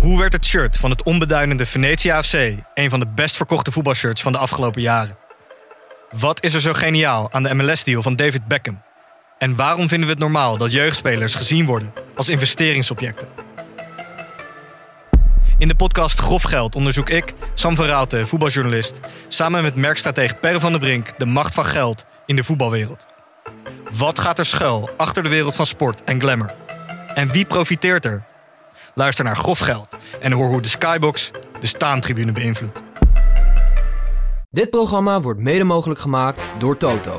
Hoe werd het shirt van het onbeduidende Venetia FC een van de best verkochte voetbalshirts van de afgelopen jaren? Wat is er zo geniaal aan de MLS-deal van David Beckham? En waarom vinden we het normaal dat jeugdspelers gezien worden als investeringsobjecten? In de podcast Grof Geld onderzoek ik, Sam van Raalte, voetbaljournalist, samen met merkstratege Per van der Brink de macht van geld in de voetbalwereld. Wat gaat er schuil achter de wereld van sport en glamour? En wie profiteert er? Luister naar Grof Geld en hoor hoe de Skybox de staantribune beïnvloedt. Dit programma wordt mede mogelijk gemaakt door Toto.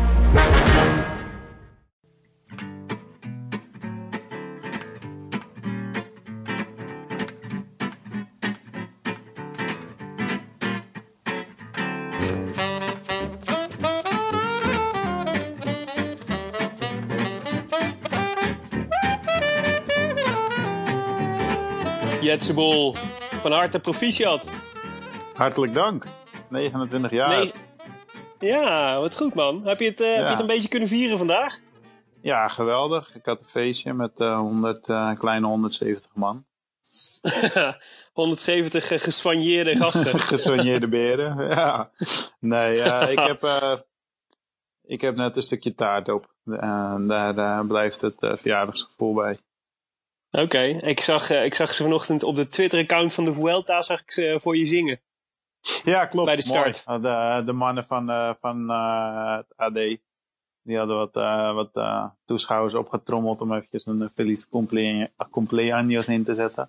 Jetsebol, van harte proficiat. Hartelijk dank. 29 jaar. Ja, wat goed man. Heb je het een beetje kunnen vieren vandaag? Ja, geweldig. Ik had een feestje met kleine 170 man. 170 gesoigneerde gasten. Gesoigneerde beren, ja. Nee, ik heb net een stukje taart op. En daar blijft het verjaardagsgevoel bij. Oké, ik zag ze vanochtend op de Twitter-account van de Vuelta zag ik ze voor je zingen. Ja, klopt. Bij de start. Mooi. De mannen van het AD, die hadden wat toeschouwers opgetrommeld om eventjes een Feliz Cumpleaños in te zetten.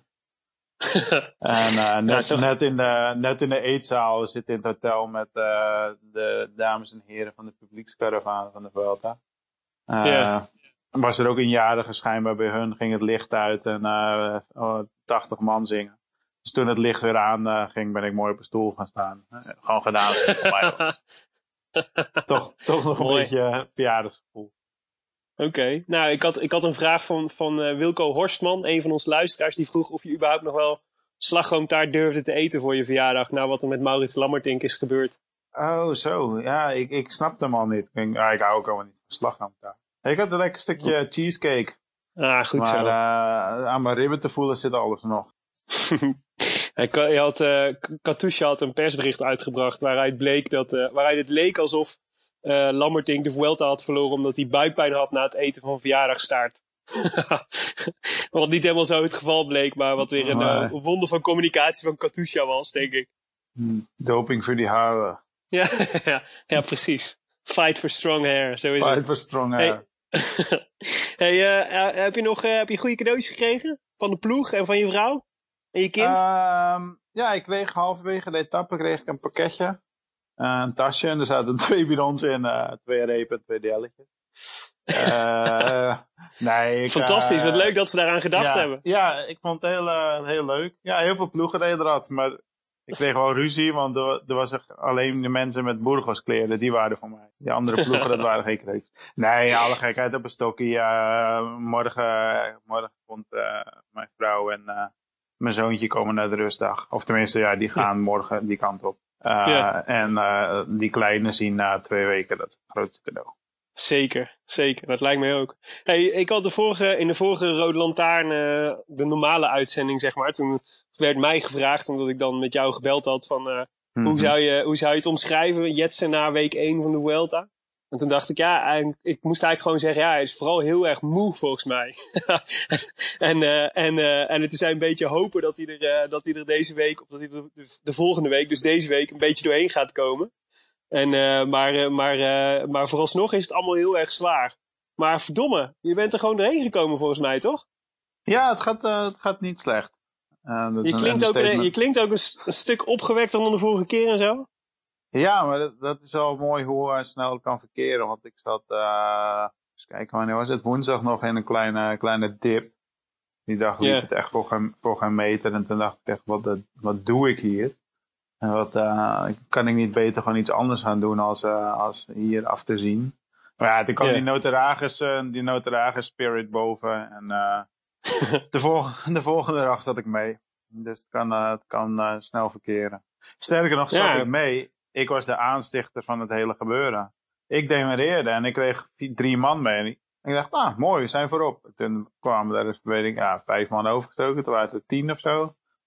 En net in de eetzaal zit in het hotel met de dames en heren van de publiekskaravaan van de Vuelta. Was er ook een jarige schijnbaar bij hun, ging het licht uit en 80 man zingen. Dus toen het licht weer aan ging, ben ik mooi op een stoel gaan staan. Gewoon gedaan. Voor mij toch nog een beetje verjaardagsgevoel. Oké. Nou, ik had een vraag van Wilco Horstman, een van onze luisteraars, die vroeg of je überhaupt nog wel slagroomtaart durfde te eten voor je verjaardag, na wat er met Maurits Lammertink is gebeurd. Oh, zo. Ja, ik snapte hem al niet. Ik hou ook allemaal niet van slagroomtaart. Ik had een lekker stukje cheesecake. Ah, goed maar, zo. Aan mijn ribben te voelen zit alles nog. Katusha had een persbericht uitgebracht waaruit het leek alsof Lammertink de Vuelta had verloren omdat hij buikpijn had na het eten van verjaardagstaart. Wat niet helemaal zo het geval bleek, maar wat weer een wonder van communicatie van Katusha was, denk ik. Doping voor die haren. Ja, precies. Fight for strong hair, zo is het. Fight for strong hair. Heb je goede cadeautjes gekregen? Van de ploeg en van je vrouw? En je kind? Ja, ik kreeg halverwege de etappe een pakketje. Een tasje en er zaten 2 bidons in. 2 repen en 2 delletjes. Fantastisch, wat leuk dat ze daaraan gedacht hebben. Ja, ik vond het heel leuk. Ja, heel veel ploegen deden dat, maar ik kreeg wel ruzie, want er was alleen de mensen met Burgos kleren, die waren voor mij. Die andere ploegen, dat waren geen kreeg. Nee, alle gekheid op een stokje. Morgen komt mijn vrouw en mijn zoontje komen naar de rustdag. Of tenminste, ja, die gaan morgen die kant op. En die kleine zien na 2 weken, dat is het grootste cadeau. Zeker. Dat lijkt mij ook. Hey, ik had in de vorige Rode Lantaarn, de normale uitzending, zeg maar. Toen werd mij gevraagd, omdat ik dan met jou gebeld had, van hoe zou je het omschrijven, Jetsen na week 1 van de Vuelta? En toen dacht ik, ik moest eigenlijk gewoon zeggen, hij is vooral heel erg moe volgens mij. en het is een beetje hopen dat hij er deze week, of dat hij er de volgende week, dus deze week, een beetje doorheen gaat komen. Maar vooralsnog is het allemaal heel erg zwaar. Maar verdomme, je bent er gewoon doorheen gekomen volgens mij, toch? Ja, het gaat niet slecht. Je klinkt ook een stuk opgewekter dan de vorige keer en zo. Ja, maar dat is wel mooi hoe hij snel kan verkeren. Want ik zat, eens kijken, wanneer was het? Woensdag nog in een kleine dip. Die dag liep het echt voor geen meter. En toen dacht ik echt, wat doe ik hier? En kan ik niet beter gewoon iets anders gaan doen als hier af te zien. Maar ja, toen kwam die Notaragus spirit boven. En de volgende dag zat ik mee. Dus het kan snel verkeren. Sterker nog, zat ik mee. Ik was de aanstichter van het hele gebeuren. Ik demereerde en ik kreeg 3 man mee. En ik dacht, mooi, we zijn voorop. Toen kwamen er, 5 man overgestoken. Toen waren het er 10 of zo.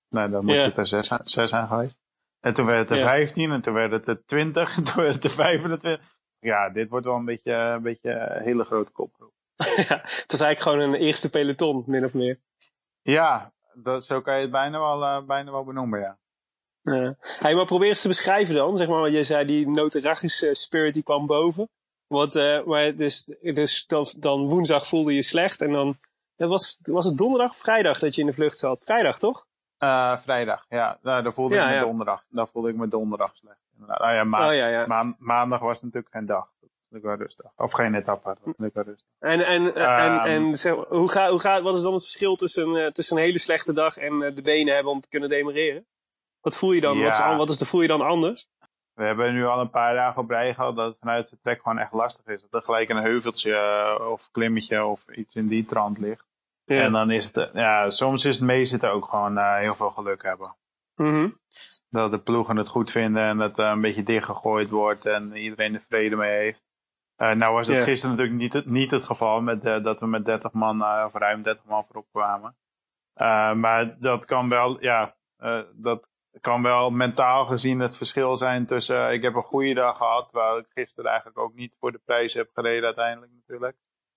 Nou, dan moet het er 6 zijn geweest. En toen werd het er 15 en toen werd het er 20 en toen werd het er 25. Ja, dit wordt wel een beetje een hele grote kopgroep. Ja, het was eigenlijk gewoon een eerste peloton, min of meer. Ja, zo kan je het bijna wel benoemen, ja. Ja. Hey, maar probeer eens te beschrijven dan. Zeg maar, wat je zei, die notarachische spirit die kwam boven. Maar dus dan woensdag voelde je slecht. En dan was het donderdag of vrijdag dat je in de vlucht zat? Vrijdag, toch? Vrijdag, ja. Nou, dan voelde ik me donderdag. Dan voelde ik me donderdag slecht. Nou ja, maandag was natuurlijk geen dag. Dat was natuurlijk wel rustig. Of geen etappe. Dat was natuurlijk wel rustig. En zeg, wat is dan het verschil tussen een hele slechte dag en de benen hebben om te kunnen demereren? Wat voel je dan? Ja. Voel je dan anders? We hebben nu al een paar dagen op rij gehad dat het vanuit het vertrek gewoon echt lastig is. Dat er gelijk een heuveltje of klimmetje of iets in die trant ligt. Ja. En dan is het, soms is het meezitten ook gewoon heel veel geluk hebben. Mm-hmm. Dat de ploegen het goed vinden en dat een beetje dichtgegooid wordt en iedereen er vrede mee heeft. Nou was dat gisteren natuurlijk niet het geval dat we met 30 man of ruim 30 man voorop kwamen. Maar dat kan wel, dat kan wel mentaal gezien het verschil zijn tussen ik heb een goede dag gehad, waar ik gisteren eigenlijk ook niet voor de prijs heb gereden uiteindelijk natuurlijk.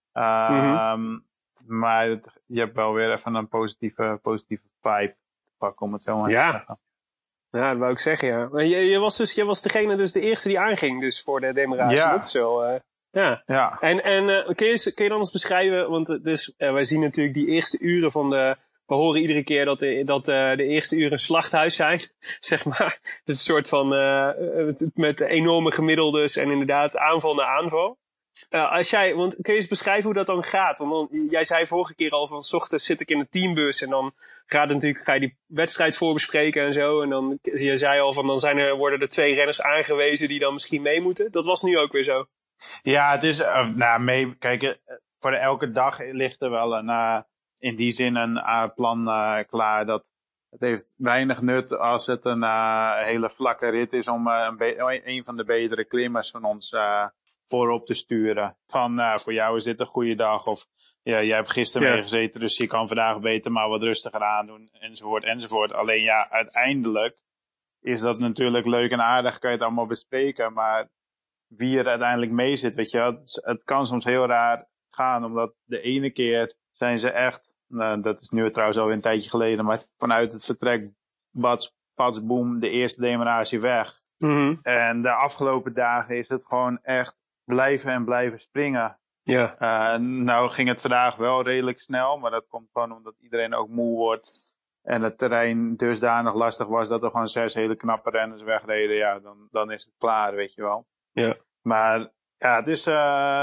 Maar je hebt wel weer even een positieve vibe te pakken, om het zo maar te zeggen. Ja, dat wou ik zeggen, ja. Maar je was degene, dus de eerste die aanging dus voor de demaratie. Ja. Dat is zo, ja. En kun je dan eens beschrijven, want wij zien natuurlijk die eerste uren van we horen iedere keer dat de eerste uren een slachthuis zijn, zeg maar. Het is een soort van, met enorme gemiddeldes en inderdaad aanval na aanval. Want kun je eens beschrijven hoe dat dan gaat? Want jij zei vorige keer al van 's ochtends zit ik in een teambus en dan ga je die wedstrijd voorbespreken en zo. En dan, je zei al van dan worden er 2 renners aangewezen die dan misschien mee moeten. Dat was nu ook weer zo. Ja, het is, kijk, voor elke dag ligt er wel in die zin een plan klaar. Dat het heeft weinig nut als het een hele vlakke rit is om een van de betere klimmers van ons voorop te sturen. Van, voor jou is dit een goede dag. Of jij hebt gisteren meegezeten, dus je kan vandaag beter maar wat rustiger aandoen. Enzovoort. Alleen uiteindelijk is dat natuurlijk leuk en aardig. Kan je het allemaal bespreken. Maar wie er uiteindelijk mee zit, weet je wel. Het kan soms heel raar gaan. Omdat de ene keer zijn ze echt, dat is nu trouwens alweer een tijdje geleden. Maar vanuit het vertrek, pats, boem, de eerste demaratie weg. Mm-hmm. En de afgelopen dagen is het gewoon echt blijven springen. Ja. Nou ging het vandaag wel redelijk snel, maar dat komt gewoon omdat iedereen ook moe wordt. En het terrein dusdanig lastig was dat er gewoon 6 hele knappe renners wegreden. Ja, dan is het klaar, weet je wel. Ja. Maar ja, het is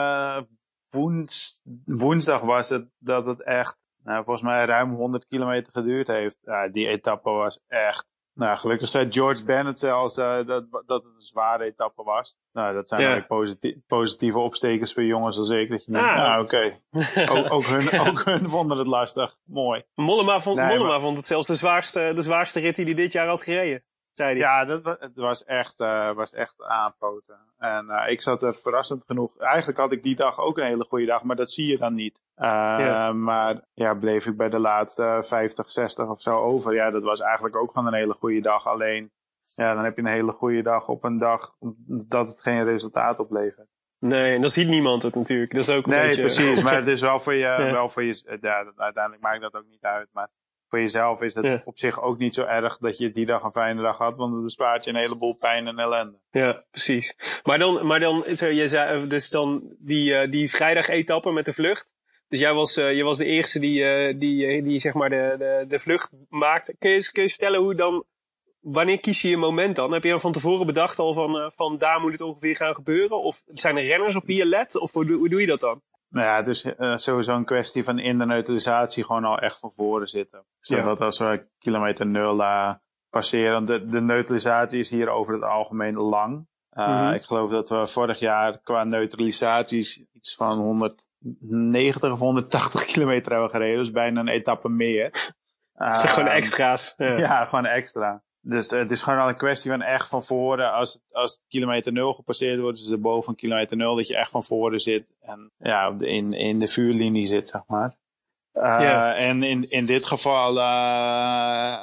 woensdag was het dat het echt, volgens mij ruim 100 kilometer geduurd heeft. Die etappe was echt. Nou, gelukkig zei George Bennett zelfs dat het een zware etappe was. Nou, dat zijn eigenlijk positieve opstekers voor jongens als ik. Dat je denkt, oké. Ook hun vonden het lastig. Mooi. Mollema vond het zelfs de zwaarste rit die hij dit jaar had gereden, zei hij. Ja, het was echt aanpoten. En ik zat er verrassend genoeg. Eigenlijk had ik die dag ook een hele goede dag, maar dat zie je dan niet. Maar ja, bleef ik bij de laatste 50, 60 of zo over. Ja, dat was eigenlijk ook gewoon een hele goede dag. Alleen, ja, dan heb je een hele goede dag op een dag dat het geen resultaat oplevert. Nee, en dan ziet niemand het natuurlijk. Dat is ook een beetje... precies. Maar het is wel voor je... uiteindelijk maakt dat ook niet uit. Maar voor jezelf is het op zich ook niet zo erg dat je die dag een fijne dag had. Want het bespaart je een heleboel pijn en ellende. Ja, precies. Maar dan je zei dus dan die vrijdag-etappe met de vlucht. Dus je was de eerste die zeg maar de vlucht maakte. Kun je vertellen hoe dan... Wanneer kies je je moment dan? Heb je dan van tevoren bedacht al van daar moet het ongeveer gaan gebeuren? Of zijn er renners op wie je let? Of hoe doe je dat dan? Nou ja, het is sowieso een kwestie van in de neutralisatie gewoon al echt van voren zitten. Zodat als we kilometer 0 passeren, de neutralisatie is hier over het algemeen lang. Ik geloof dat we vorig jaar qua neutralisaties iets van 190 of 180 kilometer hebben gereden. Dus bijna een etappe meer. Dat zijn gewoon extra's. Ja, gewoon extra. Dus het is gewoon al een kwestie van echt van voren, als kilometer 0 gepasseerd wordt, dus boven kilometer 0, dat je echt van voren zit en ja, in de vuurlinie zit, zeg maar. En in dit geval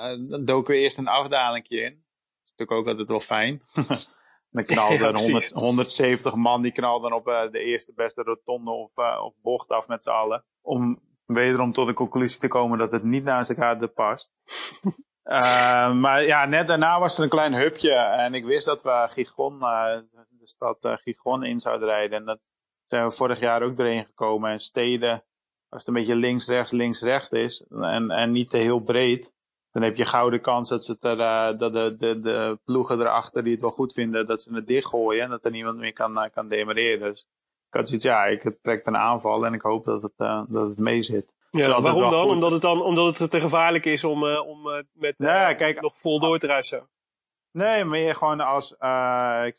doken we eerst een afdalingje in. Dat is natuurlijk ook altijd wel fijn. Dan knalden er 170 man, die knalden op de eerste beste rotonde of bocht af met z'n allen. Om wederom tot de conclusie te komen dat het niet naast elkaar past. Maar ja, net daarna was er een klein hupje. En ik wist dat we Gijon, de stad Gijon in zouden rijden. En dat zijn we vorig jaar ook doorheen gekomen. En steden, als het een beetje links-rechts is en niet te heel breed, dan heb je gouden kans dat de ploegen erachter die het wel goed vinden, dat ze het dichtgooien en dat er niemand meer kan demareren. Dus ik had zoiets, ik trek een aanval en ik hoop dat het mee zit. Ja, waarom dan? Omdat het te gevaarlijk is om nog vol door te reizen. Nee, meer gewoon als, in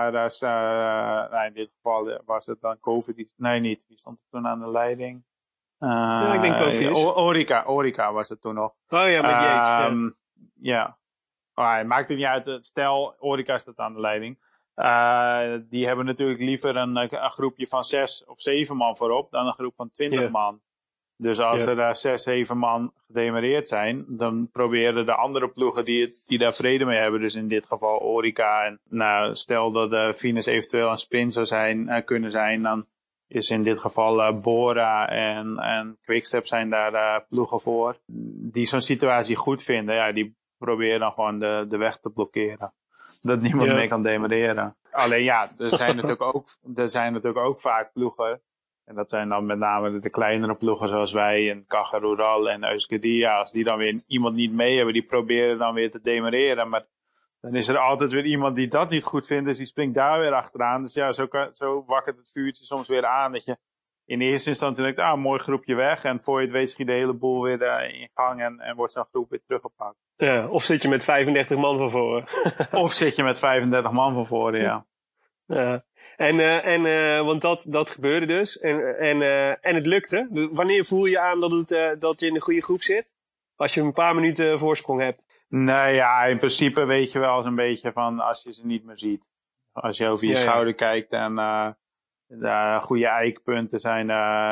dit geval was het dan COVID. Nee, niet. Wie stond er toen aan de leiding? Ja, ik denk COVID. Orica was het toen nog. Oh ja, met Yates. Ja. Het maakt het niet uit. Stel, Orica staat aan de leiding. Die hebben natuurlijk liever een groepje van 6 of 7 man voorop dan een groep van 20 man. Dus als er 6, 7 man gedemareerd zijn, dan proberen de andere ploegen die daar vrede mee hebben, dus in dit geval Orica. En stel dat de Venus eventueel een sprint zou kunnen zijn, dan is in dit geval Bora en Quickstep zijn daar ploegen voor. Die zo'n situatie goed vinden, ja, die proberen dan gewoon de weg te blokkeren. Dat niemand meer kan demareren. Alleen ja, er zijn natuurlijk ook vaak ploegen. En dat zijn dan met name de kleinere ploegen zoals wij en Caja Rural en Euskadi. Als die dan weer iemand niet mee hebben, die proberen dan weer te demareren. Maar dan is er altijd weer iemand die dat niet goed vindt, dus die springt daar weer achteraan. Dus ja, zo wakkert het vuurtje soms weer aan. Dat je in eerste instantie denkt, een mooi groepje weg. En voor je het weet schiet de hele boel weer in gang en wordt zo'n groep weer teruggepakt. Ja, of zit je met 35 man van voren. Of zit je met 35 man van voren, ja. Ja. Want dat gebeurde dus. En het lukte. Wanneer voel je aan dat je in de goede groep zit? Als je een paar minuten voorsprong hebt. Nou ja, in principe weet je wel eens een beetje van als je ze niet meer ziet. Als je over je schouder kijkt en de goede eikpunten zijn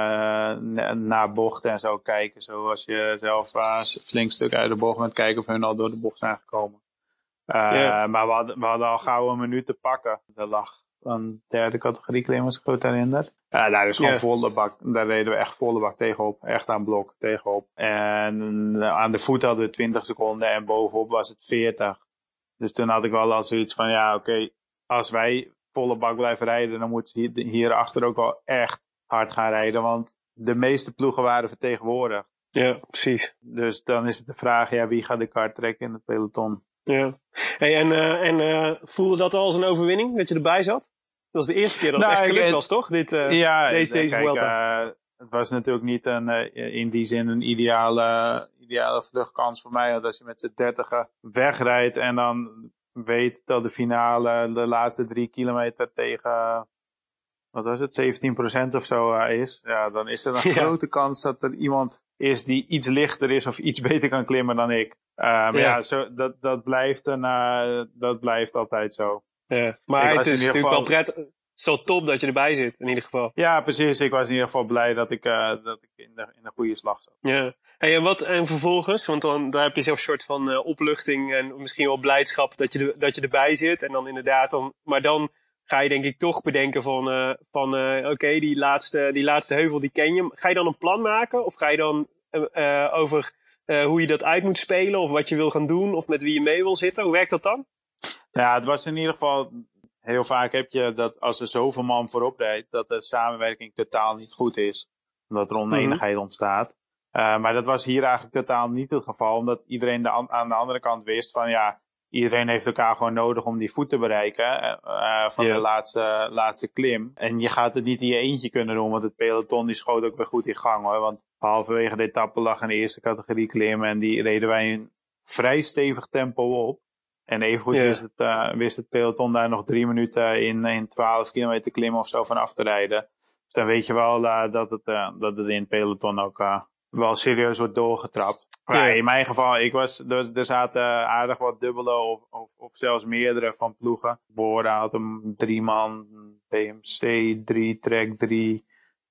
naar bochten en zo kijken. Zoals je zelf een flink stuk uit de bocht bent kijken of hun al door de bocht zijn gekomen. Maar we hadden al gauw een minuut te pakken. Er lag een derde categorie klim, als ik het herinner. Daar is gewoon volle bak. Daar reden we echt volle bak tegenop. Echt aan blok tegenop. En aan de voet hadden we 20 seconden en bovenop was het 40. Dus toen had ik wel al zoiets van, oké, als wij volle bak blijven rijden, dan moeten ze hierachter ook wel echt hard gaan rijden. Want de meeste ploegen waren vertegenwoordigd. Ja, precies. Dus dan is het de vraag, wie gaat de kar trekken in het peloton? Ja. Hey, en voelde dat al als een overwinning, dat je erbij zat? Dat was de eerste keer dat het echt gelukt was, toch? Deze Vuelta. Het was natuurlijk niet in die zin een ideale vluchtkans voor mij. Want als je met z'n 30 wegrijdt en dan weet dat de finale de laatste 3 kilometer tegen, wat was het, 17% of zo is. Ja, dan is er een grote kans dat er iemand is die iets lichter is of iets beter kan klimmen dan ik. Dat blijft altijd zo. Ja, maar het is natuurlijk wel prettig. Zo top dat je erbij zit, in ieder geval. Ja, precies. Ik was in ieder geval blij dat ik in de goede slag zat. Ja. Hey, en vervolgens, want daar heb je zo'n soort van opluchting en misschien wel blijdschap dat je erbij zit. En dan inderdaad, maar dan ga je denk ik toch bedenken van oké, die laatste heuvel, die ken je. Ga je dan een plan maken? Of ga je dan over hoe je dat uit moet spelen? Of wat je wil gaan doen? Of met wie je mee wil zitten? Hoe werkt dat dan? Ja, het was in ieder geval, heel vaak heb je dat als er zoveel man voorop rijdt, dat de samenwerking totaal niet goed is. Omdat er oneenigheid ontstaat. Maar dat was hier eigenlijk totaal niet het geval. Omdat iedereen aan de andere kant wist van iedereen heeft elkaar gewoon nodig om die voet te bereiken. Van de laatste klim. En je gaat het niet in je eentje kunnen doen. Want het peloton die schoot ook weer goed in gang hoor. Want halverwege de etappe lag een eerste categorie klim. En die reden wij in vrij stevig tempo op. En evengoed wist het peloton daar nog 3 minuten in 12 kilometer klimmen of zo van af te rijden. Dus dan weet je wel dat het in het peloton ook wel serieus wordt doorgetrapt. Ja. In mijn geval, er zaten aardig wat dubbele of zelfs meerdere van ploegen. Bora had hem 3 man, BMC 3, Trek 3,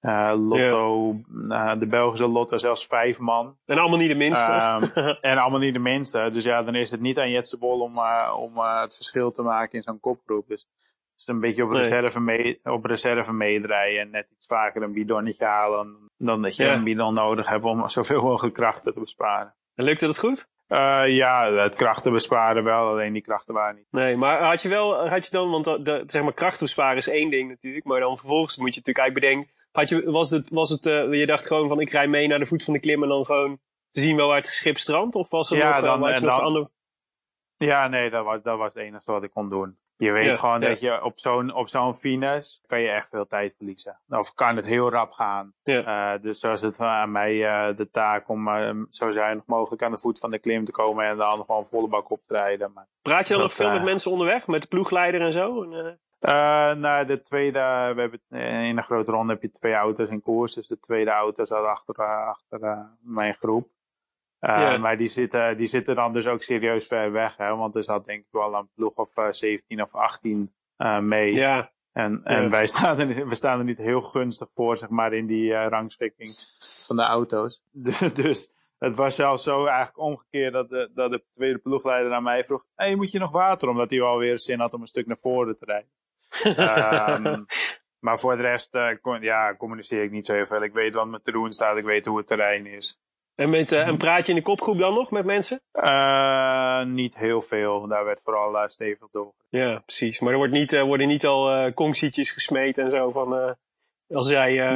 Lotto, de Belgische Lotto zelfs 5 man. En allemaal niet de minste. En allemaal niet de minste. Dus ja, dan is het niet aan Jetse Bol om het verschil te maken in zo'n kopgroep. Dus het is een beetje op reserve meedraaien. En net iets vaker een bidonnetje halen dan dat je een bidon nodig hebt om zoveel mogelijk krachten te besparen. En lukte dat goed? Ja, het krachten besparen wel, alleen die krachten waren niet. Nee, maar had je dan, want zeg maar krachten besparen is één ding natuurlijk, maar dan vervolgens moet je natuurlijk eigenlijk bedenken, je dacht gewoon van ik rij mee naar de voet van de klim en dan gewoon zien wel waar het schip strandt? Of was er nog ander? Ja, nee, dat was het enige wat ik kon doen. Je weet gewoon dat je op zo'n fines kan je echt veel tijd verliezen. Of kan het heel rap gaan. Ja. Dus was het aan mij de taak om zo zuinig mogelijk aan de voet van de klim te komen en dan gewoon volle bak op te rijden. Maar praat je dan nog veel met mensen onderweg? Met de ploegleider en zo? De tweede, we hebben in een grote ronde heb je 2 auto's in koers. Dus de tweede auto zat achter mijn groep. Maar die zitten dan dus ook serieus ver weg. Hè? Want er zat denk ik wel een ploeg of 17 of 18 mee. Ja. En we staan er niet heel gunstig voor, zeg maar, in die rangschikking van de auto's. Dus het was zelfs zo eigenlijk omgekeerd dat de tweede ploegleider aan mij vroeg: hey, moet je nog water? Omdat hij wel weer zin had om een stuk naar voren te rijden. Maar voor de rest communiceer ik niet zo heel veel. Ik weet wat me te doen staat, ik weet hoe het terrein is. En praat je in de kopgroep dan nog met mensen? Niet heel veel. Daar werd vooral stevig door. Ja, precies. Maar er worden niet al kongsliedjes gesmeed en zo van als jij...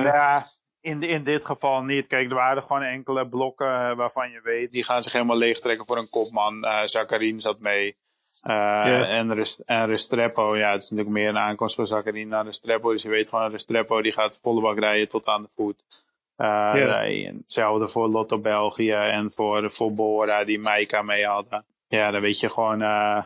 In dit geval niet. Kijk, er waren gewoon enkele blokken waarvan je weet, die gaan zich helemaal leegtrekken voor een kopman. Zakharine zat mee. En Restrepo, ja, het is natuurlijk meer een aankomst voor Zakharine dan Restrepo. Dus je weet gewoon, Restrepo die gaat volle bak rijden tot aan de voet. Hetzelfde voor Lotto België en voor Bora die Maika mee hadden. Ja, dan weet je gewoon,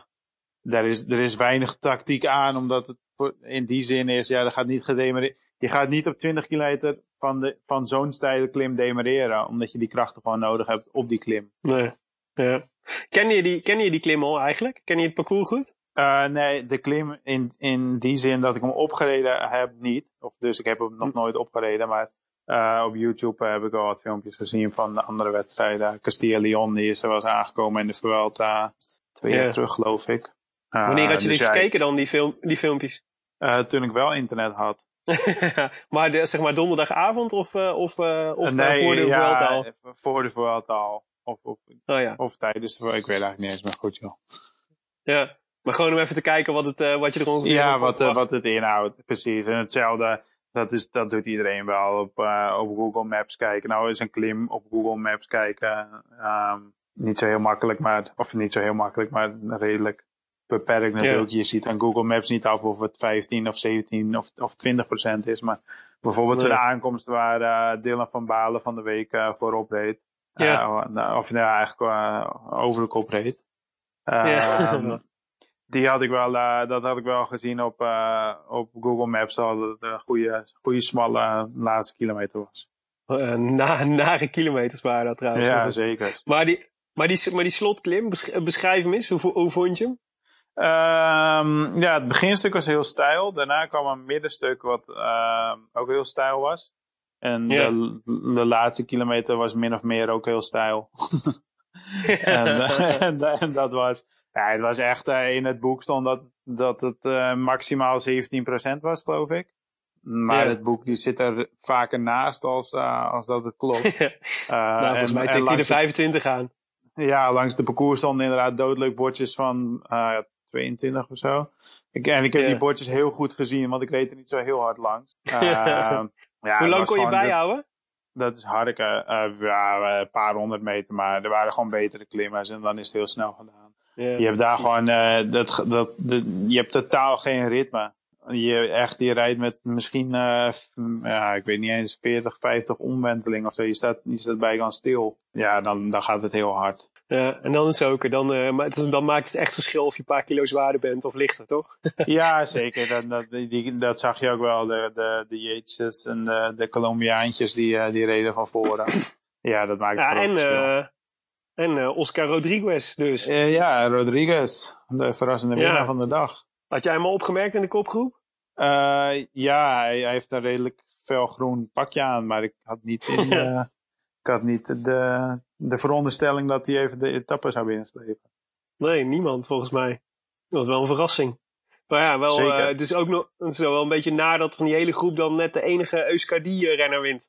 er is weinig tactiek aan, omdat het in die zin is, er gaat niet je gaat niet op 20 kilometer van zo'n steile klim demereren, omdat je die krachten gewoon nodig hebt op die klim. Nee, ja. Ken je die klim al eigenlijk? Ken je het parcours goed? Nee, de klim in die zin dat ik hem opgereden heb niet. Dus ik heb hem nog nooit opgereden, maar op YouTube heb ik al wat filmpjes gezien van de andere wedstrijden. Castilla-Leon, die is er wel eens aangekomen in de Vuelta 2 jaar terug, geloof ik. Wanneer had je dus gekeken dan, die filmpjes? Toen ik wel internet had. Maar zeg maar donderdagavond of nee, voor de Vuelta al? Voor de Vuelta al. Of tijdens de Vuelta. Ik weet eigenlijk niet eens meer goed, joh. Ja, maar gewoon om even te kijken wat je er ongeveer... Ja, wat het inhoudt, precies. En hetzelfde, dat doet iedereen wel. Op Google Maps kijken. Nou is een klim op Google Maps kijken niet zo heel makkelijk, maar redelijk beperkt natuurlijk. Ja. Je ziet aan Google Maps niet af of het 15 of 17 of 20% is. Maar bijvoorbeeld de aankomst waar Dylan van Baarle van de week voorop reed. Eigenlijk over de kop reed. Die had ik wel, dat had ik wel gezien op Google Maps al, dat het een goede smalle laatste kilometer was. Nare kilometers waren dat trouwens. Ja, zeker. Maar die slotklim, beschrijf hem eens. Hoe vond je hem? Het beginstuk was heel steil. Daarna kwam een middenstuk wat ook heel steil was. En de laatste kilometer was min of meer ook heel steil. en dat was... Ja, het was echt, in het boek stond dat het maximaal 17% was, geloof ik. Maar het boek die zit er vaker naast als dat het klopt. Volgens mij tikt hij de 25 aan. Ja, langs de parcours stonden inderdaad doodleuk bordjes van 22 of zo. Ik heb die bordjes heel goed gezien, want ik reed er niet zo heel hard langs. Hoe lang kon je bijhouden? Dat is harken. Een paar 100 meter, maar er waren gewoon betere klimmers en dan is het heel snel gedaan. Ja, je hebt daar gewoon, je hebt totaal geen ritme. Je rijdt met misschien, ik weet niet eens, 40, 50 omwentelingen of zo. Je staat bijkans stil. Ja, dan gaat het heel hard. Ja, en dan is het ook, dan maakt het echt verschil of je een paar kilo zwaarder bent of lichter, toch? Ja, zeker. Dat zag je ook wel. De Yates's en de Colombiaantjes die reden van voren. Ja, dat maakt het groot verschil. En Oscar Rodriguez dus. Rodriguez. De verrassende winnaar van de dag. Had jij hem al opgemerkt in de kopgroep? Ja, hij heeft een redelijk felgroen pakje aan, maar ik had niet, de veronderstelling dat hij even de etappe zou binnenslepen. Nee, niemand volgens mij. Dat was wel een verrassing. Maar ja, wel, Zeker. het is ook nog, het is wel een beetje naar dat van die hele groep dan net de enige Euskadi-renner wint.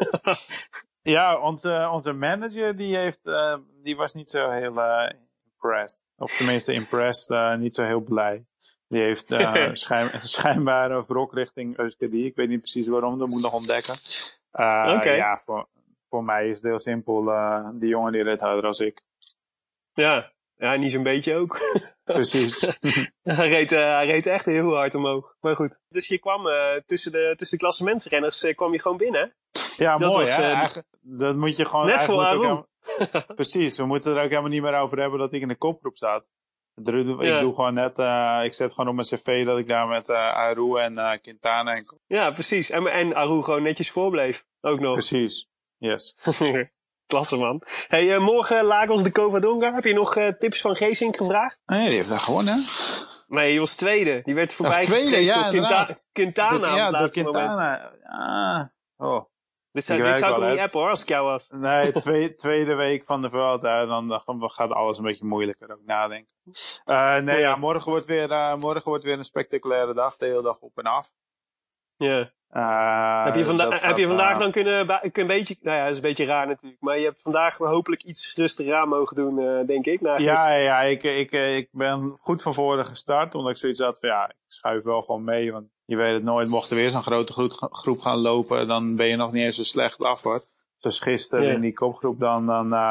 Ja, onze manager die was niet zo heel impressed. Of tenminste impressed, niet zo heel blij. Die heeft schijnbaar een wrok richting Euskadi. Ik weet niet precies waarom, dat moet ik nog ontdekken. Oké. Ja, voor mij is het heel simpel. Die jongen die redt harder als ik. Ja, niet zo'n beetje ook. Precies. Hij reed echt heel hard omhoog. Maar goed. Dus je kwam tussen de klassementsrenners kwam je gewoon binnen. Ja, Dat mooi was, hè. Dat moet je gewoon... net voor Aru. Precies, we moeten er ook helemaal niet meer over hebben dat ik in de kopgroep zat. Ik doe gewoon net... ik zet gewoon op mijn cv dat ik daar met Aru en Quintana en... Ja, precies. En Aru gewoon netjes voorbleef. Ook nog. Precies, yes. Klasse man. Hey, morgen Lagos de Covadonga. Heb je nog tips van Geesink gevraagd? Nee, die heeft daar gewonnen. Nee, die was tweede. Die werd voorbij tweede, gestreefd ja, door Quintana op het door laatste moment. Quintana. Oh. Dit zou ik nog niet appen hoor, als ik jou was. Nee, tweede week van de Vuelta, dan gaat alles een beetje moeilijker ook nadenken. Ja, morgen wordt weer een spectaculaire dag, de hele dag op en af. Ja. Heb je vandaag dan een beetje, nou ja, dat is een beetje raar natuurlijk, maar je hebt vandaag hopelijk iets rustiger aan mogen doen, denk ik. Ja, ik ben goed van voren gestart, omdat ik zoiets had van ik schuif wel gewoon mee, want je weet het nooit, mocht er weer zo'n grote groep gaan lopen, dan ben je nog niet eens zo slecht af wordt. Dus gisteren in die kopgroep dan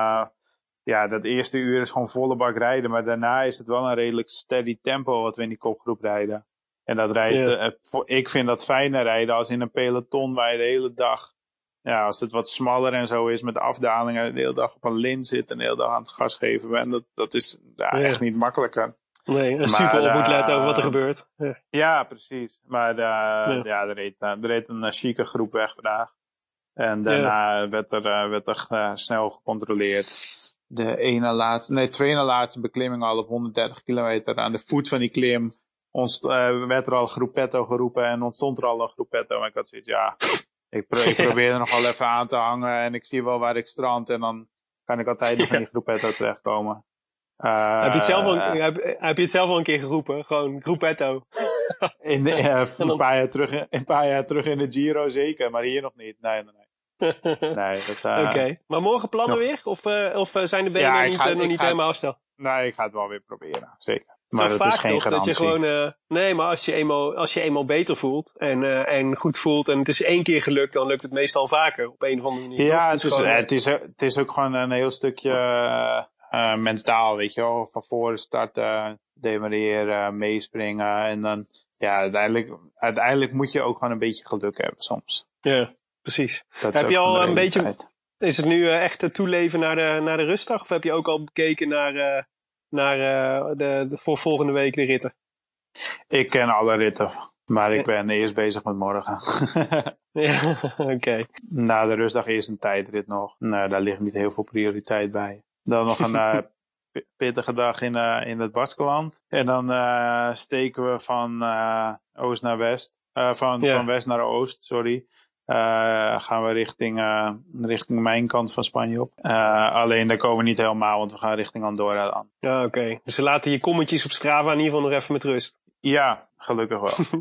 dat eerste uur is gewoon volle bak rijden, maar daarna is het wel een redelijk steady tempo wat we in die kopgroep rijden. En dat ik vind dat fijner rijden als in een peloton waar je de hele dag, als het wat smaller en zo is met afdalingen, de hele dag op een lint zit en de hele dag aan het gas geven bent. Dat is echt niet makkelijker. Nee, super op moet letten over wat er gebeurt. Ja, precies. Maar er reed een chique groep weg vandaag. En daarna werd er snel gecontroleerd. De tweede laatste beklimming al op 130 kilometer aan de voet van die klim. Werd er al groepetto geroepen en ontstond er al een groepetto. Maar ik had zoiets, ik probeer er nog wel even aan te hangen en ik zie wel waar ik strand en dan kan ik altijd nog in die groepetto terechtkomen. Heb je het zelf al een keer geroepen? Gewoon groepetto. Een paar jaar terug in de Giro zeker, maar hier nog niet. Nee. Oké. Maar morgen plannen weer? Of zijn de benen nog niet helemaal stel? Nee, ik ga het wel weer proberen, zeker. Maar dat is geen garantie. Dat je gewoon, nee, maar als je eenmaal beter voelt en goed voelt en het is 1 keer gelukt, dan lukt het meestal vaker op een of andere manier. Ja, het is ook gewoon een heel stukje mentaal, weet je wel. Van voren starten, demareren, meespringen en dan, uiteindelijk moet je ook gewoon een beetje geluk hebben soms. Ja, precies. Heb je al een beetje, is het nu echt toeleven naar de rustdag? Of heb je ook al bekeken naar voor volgende week de ritten? Ik ken alle ritten, maar ik ben eerst bezig met morgen. Ja, oké. Na de rustdag eerst een tijdrit nog. Nou, daar ligt niet heel veel prioriteit bij. Dan nog een pittige dag in het Baskeland. En dan steken we van oost naar west. Van west naar oost, sorry. Gaan we richting mijn kant van Spanje op. Alleen daar komen we niet helemaal, want we gaan richting Andorra dan. Ja, oké. Dus ze laten je kommetjes op Strava in ieder geval nog even met rust. Ja, gelukkig wel.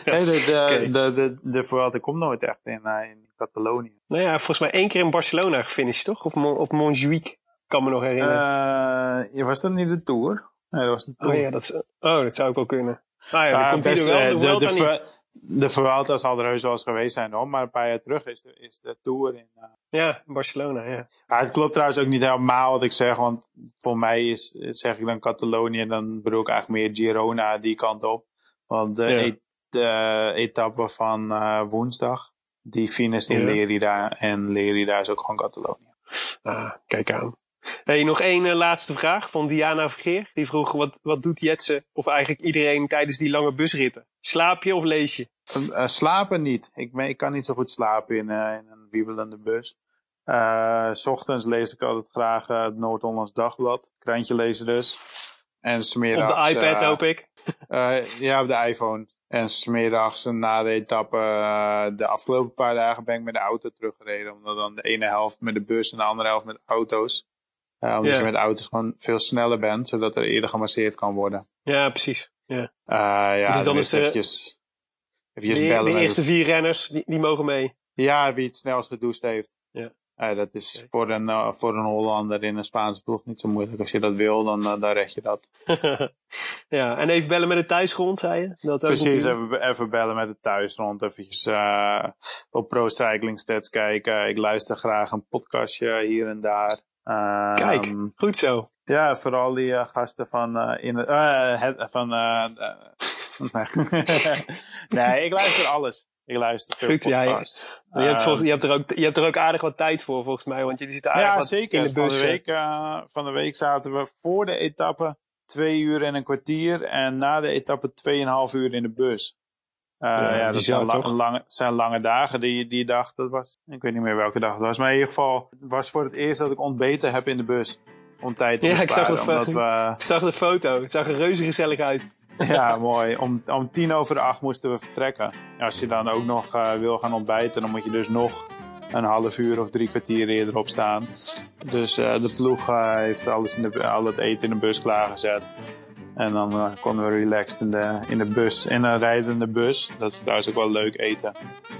De Vuelta komt nooit echt in Catalonië. Nou ja, volgens mij 1 keer in Barcelona gefinished, toch? Op Montjuïc, kan me nog herinneren. Was dat niet de Tour? Nee, dat was de Tour. Oh ja, dat zou ook wel kunnen. Nou ja, dan komt hij er wel. De Vuelta zal er heus wel eens geweest zijn, hoor, maar een paar jaar terug is de Tour in... Ja, Barcelona, ja. Het klopt trouwens ook niet helemaal wat ik zeg, want voor mij zeg ik dan Catalonië en dan bedoel ik eigenlijk meer Girona die kant op. Want de etappe van woensdag, die finisht in Lerida en Lerida is ook gewoon Catalonië. Kijk aan. Hey, nog 1 laatste vraag van Diana Vergeer. Die vroeg, wat doet Jetsen of eigenlijk iedereen tijdens die lange busritten? Slaap je of lees je? Slapen niet. Ik kan niet zo goed slapen in een wiebelende bus. 's Ochtends lees ik altijd graag het Noord-Hollands Dagblad. Krantje lezen dus. En 's middags, op de iPad hoop ik. Ja, op de iPhone. En 's middags na de etappe, de afgelopen paar dagen ben ik met de auto teruggereden. Omdat dan de ene helft met de bus en de andere helft met auto's. Omdat je met auto's gewoon veel sneller bent, zodat er eerder gemasseerd kan worden. Ja, precies. Ja. Dus dan is eventjes bellen. De eerste 4 renners, die mogen mee. Ja, wie het snelst gedoucht heeft. Ja. Dat is voor een Hollander in een Spaanse ploeg niet zo moeilijk. Als je dat wil, dan red je dat. Ja, en even bellen met de thuisgrond, zei je? Dat precies, even bellen met de thuisgrond. Eventjes op Pro Cycling Stats kijken. Ik luister graag een podcastje hier en daar. Kijk, goed zo. Ja, vooral die gasten van... Nee, ik luister alles. Ik luister veel podcasts. Je hebt er ook aardig wat tijd voor, volgens mij. Want je zit aardig wat zeker. in de bus. Van de week zaten we voor de etappe 2 uur en een kwartier. En na de etappe 2,5 uur in de bus. Dat zijn lange dagen. Die dag, dat was... Ik weet niet meer welke dag het was. Maar in ieder geval, het was voor het eerst dat ik ontbeten heb in de bus. Om tijd te besparen. Ik zag de foto. Het zag er reuze gezellig uit. Ja, mooi. Om 7:50 moesten we vertrekken. Als je dan ook nog wil gaan ontbijten, dan moet je dus nog een half uur of 3 kwartier eerder opstaan. Dus de ploeg heeft al het eten in de bus klaargezet. En dan konden we relaxed in de bus. In een rijdende bus. Dat is trouwens ook wel leuk eten.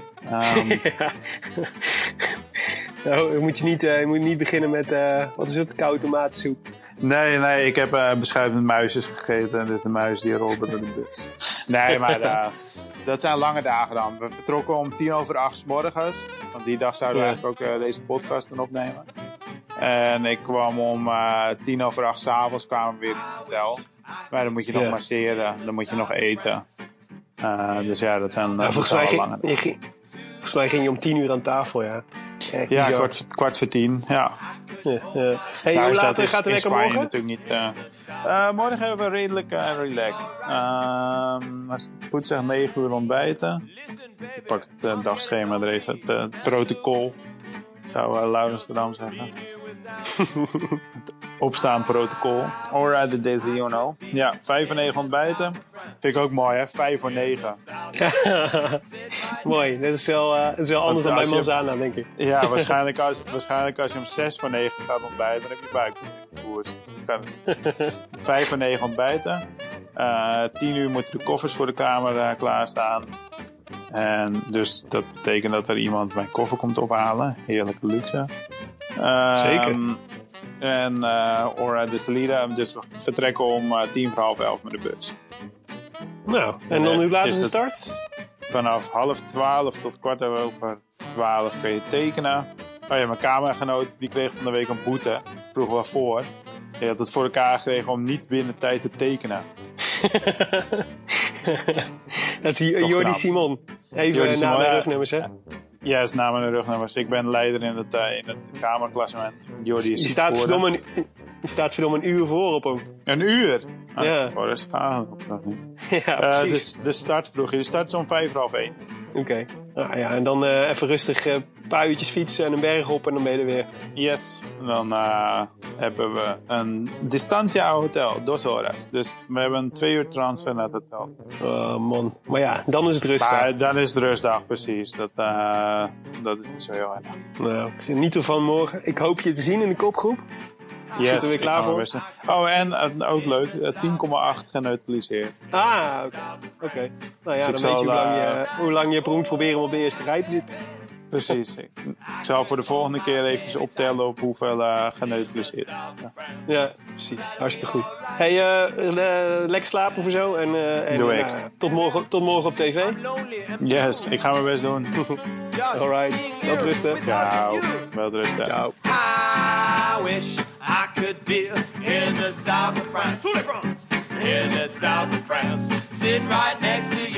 Nou, je moet niet beginnen met, wat is het, koude tomatensoep. Nee, ik heb beschuit met muisjes gegeten. Dus de muis die rolde door de bus. Nee, maar dat zijn lange dagen dan. We vertrokken om 7:50 's morgens. Want die dag zouden we eigenlijk ook deze podcast dan opnemen. En ik kwam om 7:50 's avonds kwamen we weer in het hotel. Maar dan moet je nog masseren. Dan moet je nog eten. Dus ja, dat zijn volgens mij ging je om 10 uur aan tafel, ja. Ja, kwart voor 10, ja. Hey, hoe laat gaat de wekker morgen? Natuurlijk niet. Morgen hebben we redelijk relaxed. Als ik het goed zeg, 9 uur ontbijten. Ik pak het dagschema er even, het protocol. Zou Laurens de Dam zeggen. Het opstaan protocol. Alright, the Daisy, you know. Ja, 5:09 ontbijten. Vind ik ook mooi, hè? 5:09. Mooi, dat is wel anders dan bij Manzana, denk ik. Ja, waarschijnlijk als je om 6:09 gaat ontbijten, dan heb je buikkoers. 5:09 ontbijten. 10 uur moeten de koffers voor de kamer klaarstaan. En dus dat betekent dat er iemand mijn koffer komt ophalen. Heerlijke luxe. Zeker. En de Salida, dus we vertrekken om 11:10 met de bus. Nou, en dan hoe laat is de start? Vanaf 11:30 tot 11:15 kun je tekenen. Oh ja, mijn kamergenoot die kreeg van de week een boete. Vroeg wel voor. Hij had het voor elkaar gekregen om niet binnen tijd te tekenen. Dat is Jordi Simon. Even naam en rugnummers, hè? Ja, is naam en rugnummers. Ik ben leider in het kamerklassement. Jordi is je staat verdomme een uur voor op hem. Een uur? Ja. Oh, dat is ja, precies. De start vroeg je. De start is om 1:05. Oké. Nou ja, en dan even rustig een paar uurtjes fietsen en een berg op en dan ben je er weer. Yes. En dan hebben we een Distancia Hotel, 2 horas. Dus we hebben een 2 uur transfer naar het hotel. Oh man. Maar ja, dan is het rustdag. Maar dan is het rustdag, precies. Dat is niet zo heel erg. Nou, geniet ervan morgen. Ik hoop je te zien in de kopgroep. Yes, zitten we weer klaar voor? Oh, en ook leuk, 10,8 geneutraliseerd. Ah, oké. Nou ja, dus dan weet je hoe lang je moet proberen om op de eerste rij te zitten. Precies. Ik zal voor de volgende keer even optellen op hoeveel geneutraliseerd. Ja, precies. Hartstikke goed. Hey, lekker slapen voor zo. En doe ik. Tot morgen op tv. Yes, ik ga mijn best doen. Alright, welterusten. Ciao, welterusten. Ciao. I wish I could be in the south of France. In the south of France, sitting right next to you.